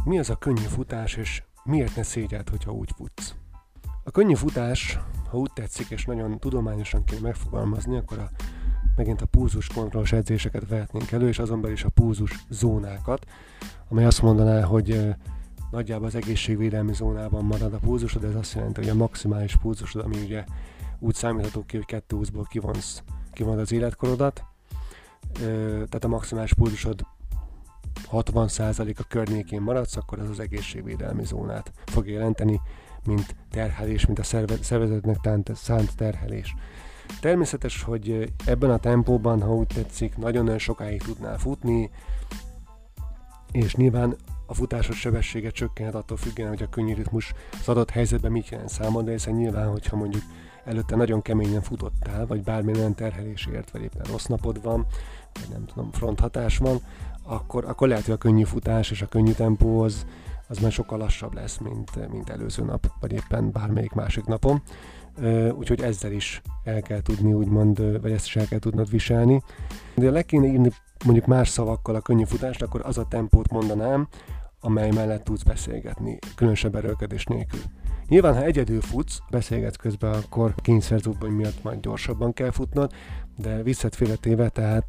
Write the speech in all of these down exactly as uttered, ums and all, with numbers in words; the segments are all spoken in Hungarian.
Mi az a könnyű futás, és miért ne szégyeld, hogyha úgy futsz? A könnyű futás, ha úgy tetszik, és nagyon tudományosan kell megfogalmazni, akkor a, megint a pulzus kontrollos edzéseket vehetnénk elő, és azon belül is a pulzus zónákat, amely azt mondaná, hogy nagyjából az egészségvédelmi zónában marad a pulzusod, ez azt jelenti, hogy a maximális pulzusod, ami ugye úgy számítható ki, hogy kétszázhúszból kivonsz, kivonod az életkorodat, tehát a maximális pulzusod hatvan százalék a környékén maradsz, akkor az az egészségvédelmi zónát fog jelenteni, mint terhelés, mint a szervezetnek szánt terhelés. Természetes, hogy ebben a tempóban, ha úgy tetszik, nagyon-nagyon sokáig tudnál futni, és nyilván a futásod sebessége csökkenhet attól függően, hogy a könnyű ritmus az adott helyzetben mit jelent számodra, hiszen nyilván, hogyha mondjuk előtte nagyon keményen futottál, vagy bármilyen terhelésért, vagy éppen rossz napod van, vagy nem tudom, fronthatás van, akkor, akkor lehet, hogy a könnyű futás és a könnyű tempó az, az már sokkal lassabb lesz, mint, mint előző nap, vagy éppen bármelyik másik napon. Úgyhogy ezzel is el kell tudni, úgymond, vagy ezt is el kell tudnod viselni. De le kéne írni mondjuk más szavakkal a könnyű futást, akkor az a tempót mondanám, amely mellett tudsz beszélgetni, különösebb erőlködés nélkül. Nyilván, ha egyedül futsz, beszélgetsz közben, akkor kényszerzubbony miatt majd gyorsabban kell futnod, de visszatféletéve, tehát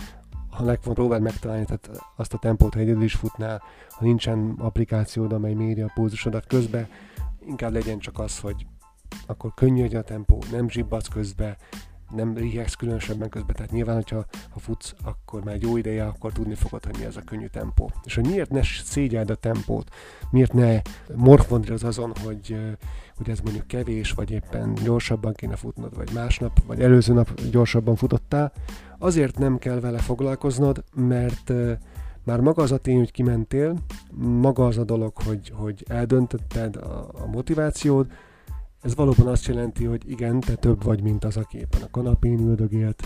ha legfont próbáld megtalálni tehát azt a tempót, ha egyedül is futnál, ha nincsen applikációd, amely méri a pulzusodat közben, inkább legyen csak az, hogy akkor könnyű a tempó, nem zsibbadsz közben, nem rihegsz különösebben közben, tehát nyilván, hogyha ha futsz, akkor már egy jó ideje, akkor tudni fogod, hogy mi az a könnyű tempó. És hogy miért ne szégyeld a tempót, miért ne morfondíroz azon, hogy, hogy ez mondjuk kevés, vagy éppen gyorsabban kéne futnod, vagy másnap, vagy előző nap gyorsabban futottál, azért nem kell vele foglalkoznod, mert már maga az a tény, hogy kimentél, maga az a dolog, hogy, hogy eldöntötted a, a motivációd, ez valóban azt jelenti, hogy igen, te több vagy, mint az, aki éppen a kanapén üldögélt.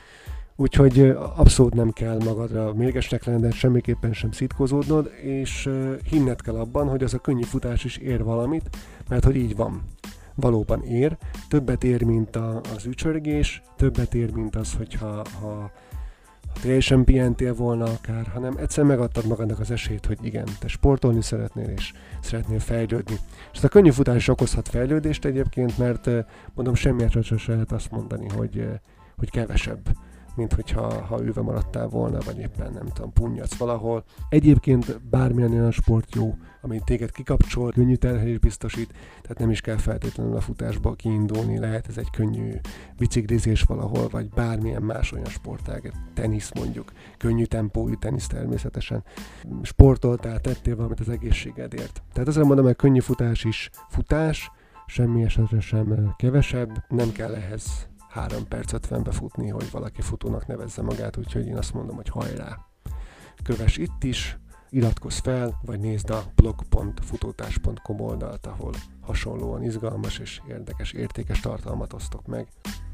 Úgyhogy abszolút nem kell magadra mérgesnek lenned, semmiképpen sem szitkozódnod, és hinned kell abban, hogy az a könnyű futás is ér valamit, mert hogy így van. Valóban ér, többet ér, mint a, az ücsörgés, többet ér, mint az, hogyha ha, ha teljesen pihentél volna akár, hanem egyszer megadtad magadnak az esélyt, hogy igen, te sportolni szeretnél, és szeretnél fejlődni. És ez a könnyű futás is okozhat fejlődést egyébként, mert mondom, semmiért sem lehet azt mondani, hogy, hogy kevesebb, mint hogyha ha ülve maradtál volna, vagy éppen nem tudom, punnyadsz valahol. Egyébként bármilyen olyan sport jó, ami téged kikapcsol, könnyű terhelés biztosít, tehát nem is kell feltétlenül a futásból kiindulni, lehet ez egy könnyű biciklizés valahol, vagy bármilyen más olyan sportág, tenisz mondjuk, könnyű tempójú tenisz természetesen. Sportoltál, tettél valamit az egészségedért. Tehát azért mondom, hogy könnyű futás is futás, semmi esetre sem kevesebb, nem kell ehhez három perc ötvenbe futni, hogy valaki futónak nevezze magát, úgyhogy én azt mondom, hogy hajrá! Kövess itt is, iratkozz fel, vagy nézd a blog pont futótárs pont com oldalt, ahol hasonlóan izgalmas és érdekes, értékes tartalmat osztok meg.